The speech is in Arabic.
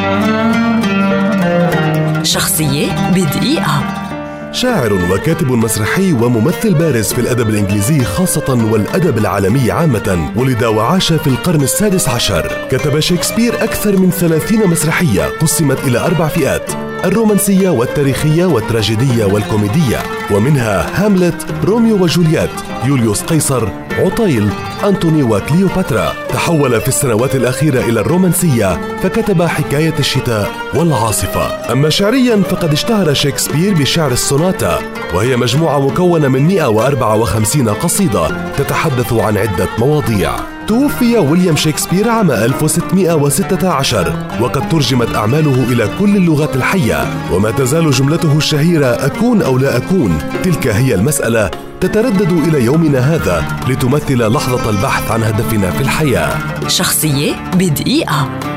شخصية بدقيقة. شاعر وكاتب مسرحي وممثل بارز في الأدب الإنجليزي خاصة والأدب العالمي عامة، ولد وعاش في القرن السادس عشر. كتب شكسبير أكثر من 30 مسرحية قسمت إلى 4 فئات: الرومانسية والتاريخية والتراجيدية والكوميدية، ومنها هاملت، روميو وجولييت، يوليوس قيصر، عطيل، أنتوني وكليوباترا. تحول في السنوات الأخيرة إلى الرومانسية فكتب حكاية الشتاء والعاصفة. أما شعريا فقد اشتهر شكسبير بشعر السوناتا، وهي مجموعة مكونة من 154 قصيدة تتحدث عن عدة مواضيع. توفي ويليام شكسبير عام 1616، وقد ترجمت أعماله إلى كل اللغات الحية، وما تزال جملته الشهيرة أكون أو لا أكون، تلك هي المسألة، تتردد إلى يومنا هذا لتمثل لحظة البحث عن هدفنا في الحياة. شخصية بدقيقة.